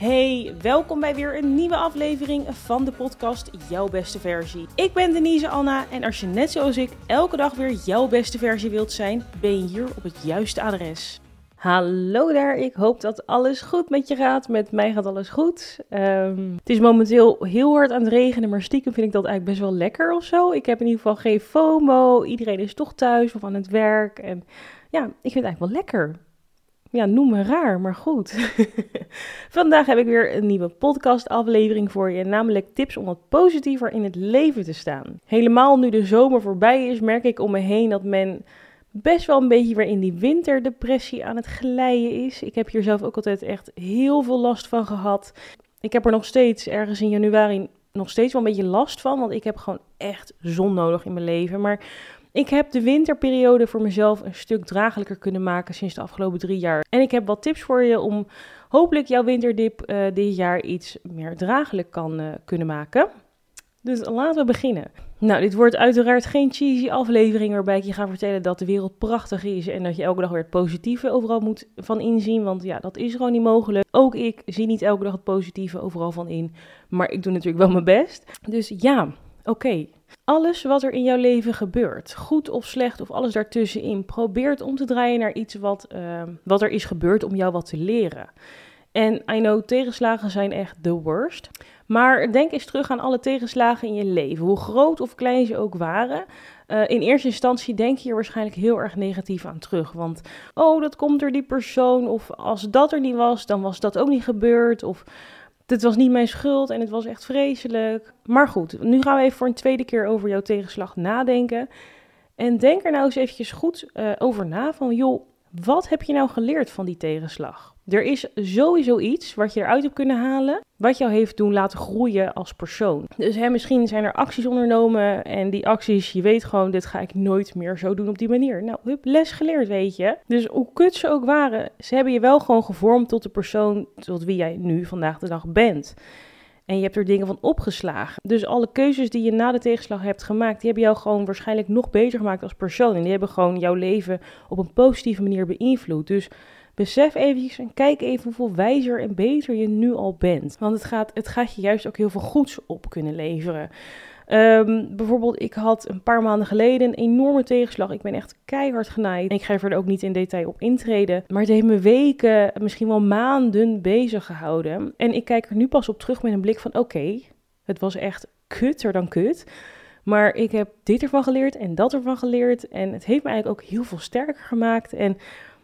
Hey, welkom bij weer een nieuwe aflevering van de podcast Jouw Beste Versie. Ik ben Denise Anna en als je net zoals ik elke dag weer jouw beste versie wilt zijn, ben je hier op het juiste adres. Hallo daar, ik hoop dat alles goed met je gaat. Met mij gaat alles goed. Het is momenteel heel hard aan het regenen, maar stiekem vind ik dat eigenlijk best wel lekker of zo. Ik heb in ieder geval geen FOMO, iedereen is toch thuis of aan het werk. En ja, ik vind het eigenlijk wel lekker. Ja, noem me raar, maar goed. Vandaag heb ik weer een nieuwe podcastaflevering voor je, namelijk tips om wat positiever in het leven te staan. Helemaal nu de zomer voorbij is, merk ik om me heen dat men best wel een beetje weer in die winterdepressie aan het glijden is. Ik heb hier zelf ook altijd echt heel veel last van gehad. Ik heb er nog steeds, ergens in januari, nog steeds wel een beetje last van, want ik heb gewoon echt zon nodig in mijn leven. Maar ik heb de winterperiode voor mezelf een stuk draaglijker kunnen maken sinds de afgelopen 3 jaar. En ik heb wat tips voor je om hopelijk jouw winterdip dit jaar iets meer draaglijk kunnen maken. Dus laten we beginnen. Nou, dit wordt uiteraard geen cheesy aflevering waarbij ik je ga vertellen dat de wereld prachtig is en dat je elke dag weer het positieve overal moet van inzien. Want ja, dat is gewoon niet mogelijk. Ook ik zie niet elke dag het positieve overal van in, maar ik doe natuurlijk wel mijn best. Dus ja, oké. Alles wat er in jouw leven gebeurt, goed of slecht of alles daartussenin, probeer het om te draaien naar iets wat er is gebeurd om jou wat te leren. En I know, tegenslagen zijn echt the worst. Maar denk eens terug aan alle tegenslagen in je leven, hoe groot of klein ze ook waren. In eerste instantie denk je er waarschijnlijk heel erg negatief aan terug. Want, oh, dat komt door die persoon. Of als dat er niet was, dan was dat ook niet gebeurd. Of dit was niet mijn schuld en het was echt vreselijk. Maar goed, nu gaan we even voor een tweede keer over jouw tegenslag nadenken. En denk er nou eens eventjes goed over na van, joh, wat heb je nou geleerd van die tegenslag? Er is sowieso iets wat je eruit hebt kunnen halen, wat jou heeft doen laten groeien als persoon. Dus misschien zijn er acties ondernomen en die acties, je weet gewoon, dit ga ik nooit meer zo doen op die manier. Nou, hup, les geleerd, weet je. Dus hoe kut ze ook waren, ze hebben je wel gewoon gevormd tot de persoon tot wie jij nu vandaag de dag bent. En je hebt er dingen van opgeslagen. Dus alle keuzes die je na de tegenslag hebt gemaakt, die hebben jou gewoon waarschijnlijk nog beter gemaakt als persoon. En die hebben gewoon jouw leven op een positieve manier beïnvloed. Dus besef eventjes en kijk even hoeveel wijzer en beter je nu al bent. Want het gaat je juist ook heel veel goeds op kunnen leveren. Bijvoorbeeld, ik had een paar maanden geleden een enorme tegenslag. Ik ben echt keihard genaaid. En ik ga er ook niet in detail op intreden. Maar het heeft me weken, misschien wel maanden bezig gehouden. En ik kijk er nu pas op terug met een blik van oké, het was echt kutter dan kut. Maar ik heb dit ervan geleerd en dat ervan geleerd. En het heeft me eigenlijk ook heel veel sterker gemaakt. En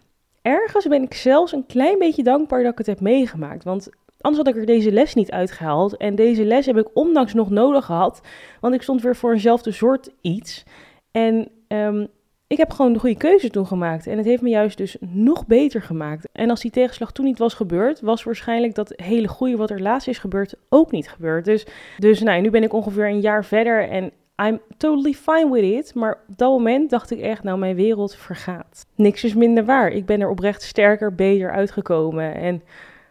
ergens ben ik zelfs een klein beetje dankbaar dat ik het heb meegemaakt. Want anders had ik er deze les niet uitgehaald. En deze les heb ik ondanks nog nodig gehad. Want ik stond weer voor eenzelfde soort iets. En ik heb gewoon de goede keuze toen gemaakt. En het heeft me juist dus nog beter gemaakt. En als die tegenslag toen niet was gebeurd, was waarschijnlijk dat hele goede wat er laatst is gebeurd ook niet gebeurd. Dus nou, nu ben ik ongeveer een jaar verder en I'm totally fine with it, maar op dat moment dacht ik echt, nou, mijn wereld vergaat. Niks is minder waar. Ik ben er oprecht sterker, beter uitgekomen. En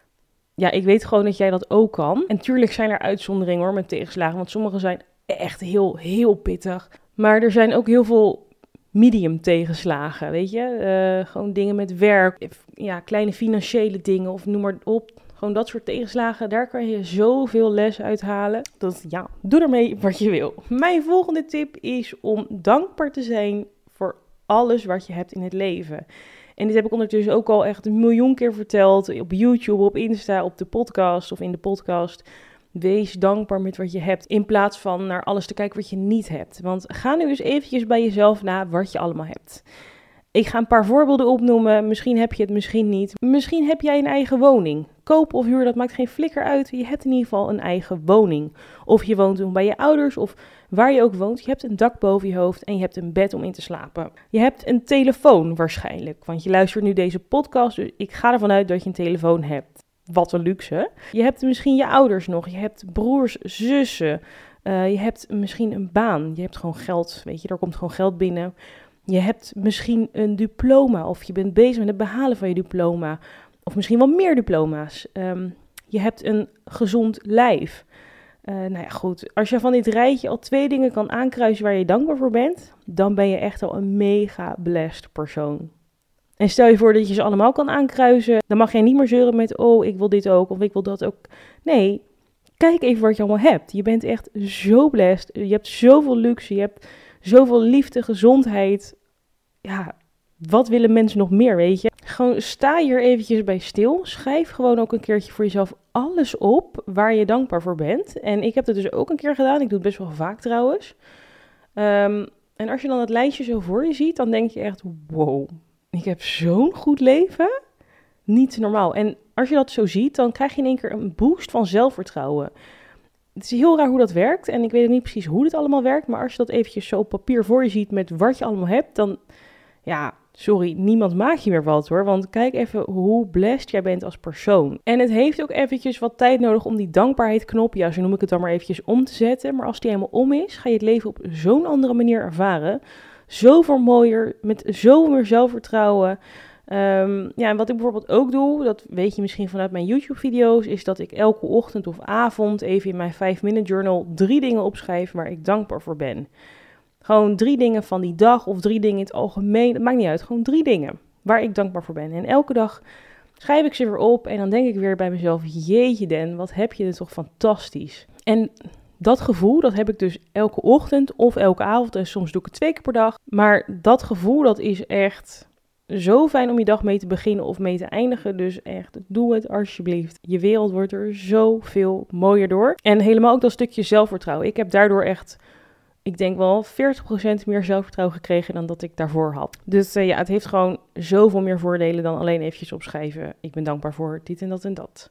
ja, ik weet gewoon dat jij dat ook kan. En tuurlijk zijn er uitzonderingen hoor, met tegenslagen, want sommige zijn echt heel, heel pittig. Maar er zijn ook heel veel medium tegenslagen, weet je. Gewoon dingen met werk, ja, kleine financiële dingen of noem maar op. Gewoon dat soort tegenslagen, daar kan je zoveel les uithalen. Dat ja, doe ermee wat je wil. Mijn volgende tip is om dankbaar te zijn voor alles wat je hebt in het leven. En dit heb ik ondertussen ook al echt 1 miljoen keer verteld. Op YouTube, op Insta, op de podcast of in de podcast. Wees dankbaar met wat je hebt. In plaats van naar alles te kijken wat je niet hebt. Want ga nu eens eventjes bij jezelf na wat je allemaal hebt. Ik ga een paar voorbeelden opnoemen. Misschien heb je het, misschien niet. Misschien heb jij een eigen woning. Koop of huur, dat maakt geen flikker uit. Je hebt in ieder geval een eigen woning. Of je woont bij je ouders of waar je ook woont. Je hebt een dak boven je hoofd en je hebt een bed om in te slapen. Je hebt een telefoon waarschijnlijk. Want je luistert nu deze podcast, dus ik ga ervan uit dat je een telefoon hebt. Wat een luxe. Je hebt misschien je ouders nog. Je hebt broers, zussen. Je hebt misschien een baan. Je hebt gewoon geld. Weet je, er komt gewoon geld binnen. Je hebt misschien een diploma of je bent bezig met het behalen van je diploma. Of misschien wel meer diploma's. Je hebt een gezond lijf. Nou ja, goed. Als je van dit rijtje al 2 dingen kan aankruisen waar je dankbaar voor bent, dan ben je echt al een mega blessed persoon. En stel je voor dat je ze allemaal kan aankruisen. Dan mag jij niet meer zeuren met, oh, ik wil dit ook of ik wil dat ook. Nee, kijk even wat je allemaal hebt. Je bent echt zo blessed. Je hebt zoveel luxe. Je hebt zoveel liefde, gezondheid. Ja, wat willen mensen nog meer, weet je? Gewoon sta hier eventjes bij stil. Schrijf gewoon ook een keertje voor jezelf alles op waar je dankbaar voor bent. En ik heb het dus ook een keer gedaan. Ik doe het best wel vaak trouwens. En als je dan het lijstje zo voor je ziet, dan denk je echt, wow, ik heb zo'n goed leven. Niet normaal. En als je dat zo ziet, dan krijg je in één keer een boost van zelfvertrouwen. Het is heel raar hoe dat werkt en ik weet ook niet precies hoe dit allemaal werkt. Maar als je dat eventjes zo op papier voor je ziet met wat je allemaal hebt, dan, ja, sorry, niemand maakt je meer wat hoor. Want kijk even hoe blessed jij bent als persoon. En het heeft ook eventjes wat tijd nodig om die dankbaarheidsknop, ja, zo noem ik het dan maar eventjes, om te zetten. Maar als die helemaal om is, ga je het leven op zo'n andere manier ervaren. Zoveel mooier, met zoveel meer zelfvertrouwen. Ja, en wat ik bijvoorbeeld ook doe, dat weet je misschien vanuit mijn YouTube-video's, is dat ik elke ochtend of avond even in mijn 5-minute journal 3 dingen opschrijf waar ik dankbaar voor ben. Gewoon 3 dingen van die dag of 3 dingen in het algemeen, dat maakt niet uit. Gewoon 3 dingen waar ik dankbaar voor ben. En elke dag schrijf ik ze weer op en dan denk ik weer bij mezelf, jeetje Den, wat heb je dit toch fantastisch. En dat gevoel, dat heb ik dus elke ochtend of elke avond en soms doe ik het 2 keer per dag. Maar dat gevoel, dat is echt zo fijn om je dag mee te beginnen of mee te eindigen. Dus echt, doe het alsjeblieft. Je wereld wordt er zoveel mooier door. En helemaal ook dat stukje zelfvertrouwen. Ik heb daardoor echt, ik denk wel 40% meer zelfvertrouwen gekregen dan dat ik daarvoor had. Dus ja, het heeft gewoon zoveel meer voordelen dan alleen eventjes opschrijven. Ik ben dankbaar voor dit en dat en dat.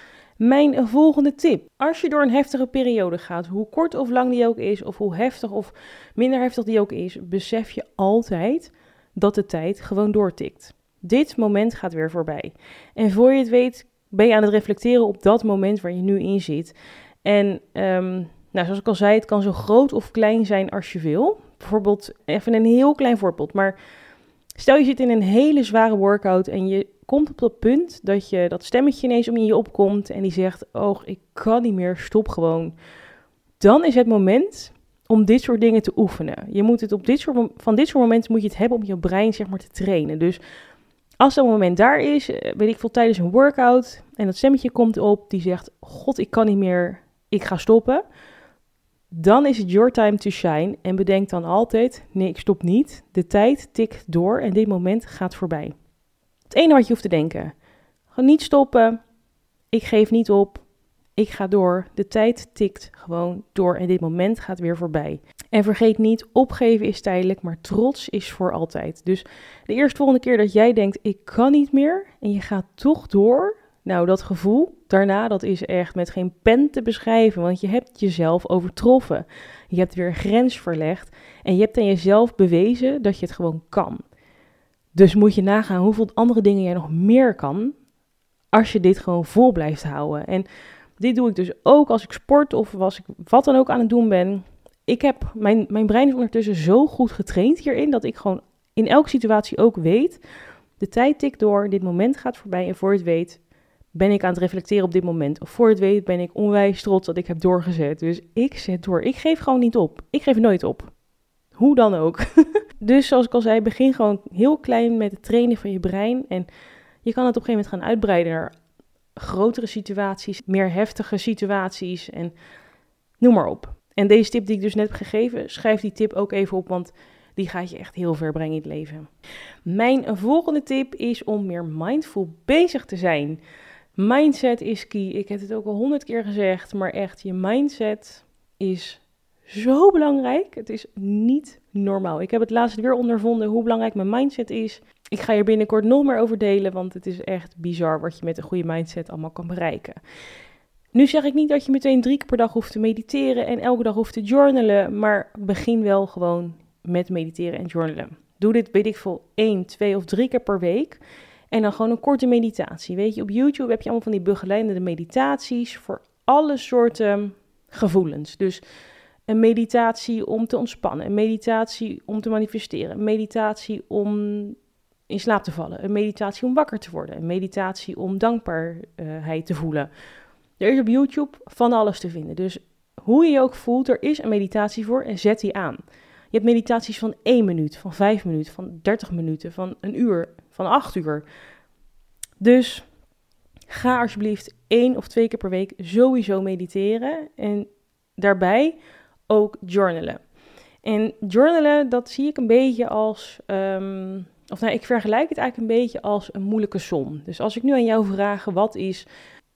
Mijn volgende tip. Als je door een heftige periode gaat, hoe kort of lang die ook is, of hoe heftig of minder heftig die ook is, besef je altijd dat de tijd gewoon doortikt. Dit moment gaat weer voorbij. En voor je het weet ben je aan het reflecteren op dat moment waar je nu in zit. En nou, zoals ik al zei, het kan zo groot of klein zijn als je wil. Bijvoorbeeld, even een heel klein voorbeeld. Maar stel je zit in een hele zware workout en je komt op dat punt dat je dat stemmetje ineens om je opkomt en die zegt, oh, ik kan niet meer, stop gewoon. Dan is het moment om dit soort dingen te oefenen. Je moet het van dit soort momenten moet je het hebben om je brein zeg maar te trainen. Dus als dat moment daar is, weet ik veel, tijdens een workout en dat stemmetje komt op die zegt, god, ik kan niet meer, ik ga stoppen. Dan is het your time to shine en bedenk dan altijd, nee, ik stop niet. De tijd tikt door en dit moment gaat voorbij. Het enige wat je hoeft te denken, gewoon niet stoppen, ik geef niet op, ik ga door. De tijd tikt gewoon door en dit moment gaat weer voorbij. En vergeet niet, opgeven is tijdelijk, maar trots is voor altijd. Dus de eerstvolgende keer dat jij denkt, ik kan niet meer en je gaat toch door. Nou, dat gevoel daarna, dat is echt met geen pen te beschrijven, want je hebt jezelf overtroffen. Je hebt weer een grens verlegd en je hebt aan jezelf bewezen dat je het gewoon kan. Dus moet je nagaan hoeveel andere dingen jij nog meer kan als je dit gewoon vol blijft houden. En dit doe ik dus ook als ik sport of als ik wat dan ook aan het doen ben. Mijn brein is ondertussen zo goed getraind hierin dat ik gewoon in elke situatie ook weet, de tijd tikt door, dit moment gaat voorbij en voor je het weet ben ik aan het reflecteren op dit moment. Of voor je het weet ben ik onwijs trots dat ik heb doorgezet. Dus ik zet door. Ik geef gewoon niet op. Ik geef nooit op. Hoe dan ook. Dus zoals ik al zei, begin gewoon heel klein met het trainen van je brein. En je kan het op een gegeven moment gaan uitbreiden naar grotere situaties, meer heftige situaties en noem maar op. En deze tip die ik dus net heb gegeven, schrijf die tip ook even op, want die gaat je echt heel ver brengen in het leven. Mijn volgende tip is om meer mindful bezig te zijn. Mindset is key. Ik heb het ook al 100 keer gezegd, maar echt, je mindset is zo belangrijk. Het is niet normaal. Ik heb het laatst weer ondervonden hoe belangrijk mijn mindset is. Ik ga hier binnenkort nog meer over delen, want het is echt bizar wat je met een goede mindset allemaal kan bereiken. Nu zeg ik niet dat je meteen 3 keer per dag hoeft te mediteren en elke dag hoeft te journalen, maar begin wel gewoon met mediteren en journalen. Doe dit, weet ik veel, 1, 2 of 3 keer per week. En dan gewoon een korte meditatie. Weet je, op YouTube heb je allemaal van die begeleidende meditaties voor alle soorten gevoelens. Dus een meditatie om te ontspannen, een meditatie om te manifesteren, een meditatie om in slaap te vallen, een meditatie om wakker te worden, een meditatie om dankbaarheid te voelen. Er is op YouTube van alles te vinden. Dus hoe je je ook voelt, er is een meditatie voor en zet die aan. Je hebt meditaties van 1 minuut, van 5 minuten, van 30 minuten, van 1 uur, van 8 uur. Dus ga alsjeblieft 1 of 2 keer per week sowieso mediteren. En daarbij ook journalen. En journalen, dat zie ik een beetje als... ik vergelijk het eigenlijk een beetje als een moeilijke som. Dus als ik nu aan jou vraag, wat is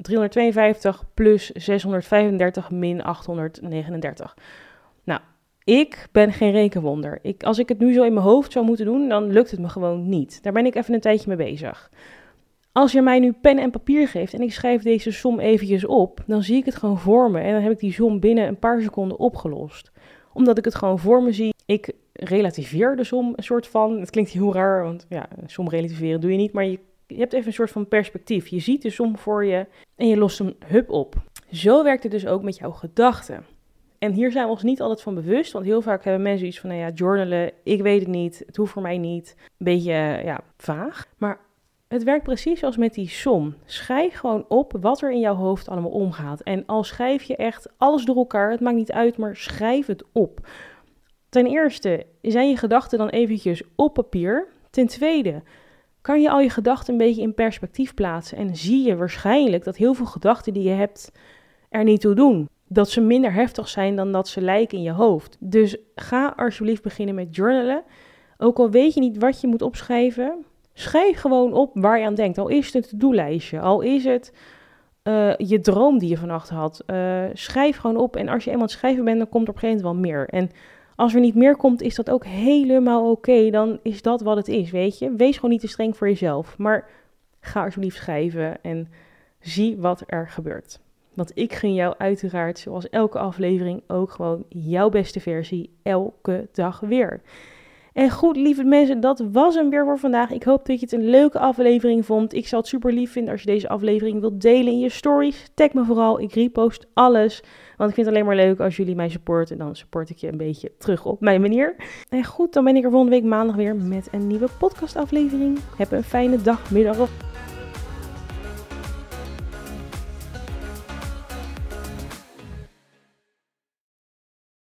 352 plus 635 min 839? Nou, ik ben geen rekenwonder. Als ik het nu zo in mijn hoofd zou moeten doen, dan lukt het me gewoon niet. Daar ben ik even een tijdje mee bezig. Als je mij nu pen en papier geeft en ik schrijf deze som eventjes op, dan zie ik het gewoon voor me. En dan heb ik die som binnen een paar seconden opgelost. Omdat ik het gewoon voor me zie. Ik relativeer de som een soort van. Het klinkt heel raar, want ja, een som relativeren doe je niet. Maar je hebt even een soort van perspectief. Je ziet de som voor je en je lost hem op. Zo werkt het dus ook met jouw gedachten. En hier zijn we ons niet altijd van bewust. Want heel vaak hebben mensen iets van, journalen, ik weet het niet. Het hoeft voor mij niet. Een beetje, vaag. Maar het werkt precies als met die som. Schrijf gewoon op wat er in jouw hoofd allemaal omgaat. En al schrijf je echt alles door elkaar, het maakt niet uit, maar schrijf het op. Ten eerste, zijn je gedachten dan eventjes op papier? Ten tweede, kan je al je gedachten een beetje in perspectief plaatsen en zie je waarschijnlijk dat heel veel gedachten die je hebt er niet toe doen. Dat ze minder heftig zijn dan dat ze lijken in je hoofd. Dus ga alsjeblieft beginnen met journalen. Ook al weet je niet wat je moet opschrijven, schrijf gewoon op waar je aan denkt. Al is het een to-do-lijstje, al is het je droom die je vannacht had. Schrijf gewoon op en als je eenmaal aan het schrijven bent, dan komt er op een gegeven moment wel meer. En als er niet meer komt, is dat ook helemaal oké. Dan is dat wat het is, weet je. Wees gewoon niet te streng voor jezelf. Maar ga alsjeblieft schrijven en zie wat er gebeurt. Want ik gun jou uiteraard, zoals elke aflevering, ook gewoon jouw beste versie elke dag weer. En goed, lieve mensen, dat was hem weer voor vandaag. Ik hoop dat je het een leuke aflevering vond. Ik zou het super lief vinden als je deze aflevering wilt delen in je stories. Tag me vooral, ik repost alles. Want ik vind het alleen maar leuk als jullie mij supporten. En dan support ik je een beetje terug op mijn manier. En goed, dan ben ik er volgende week maandag weer met een nieuwe podcastaflevering. Heb een fijne dag, middag of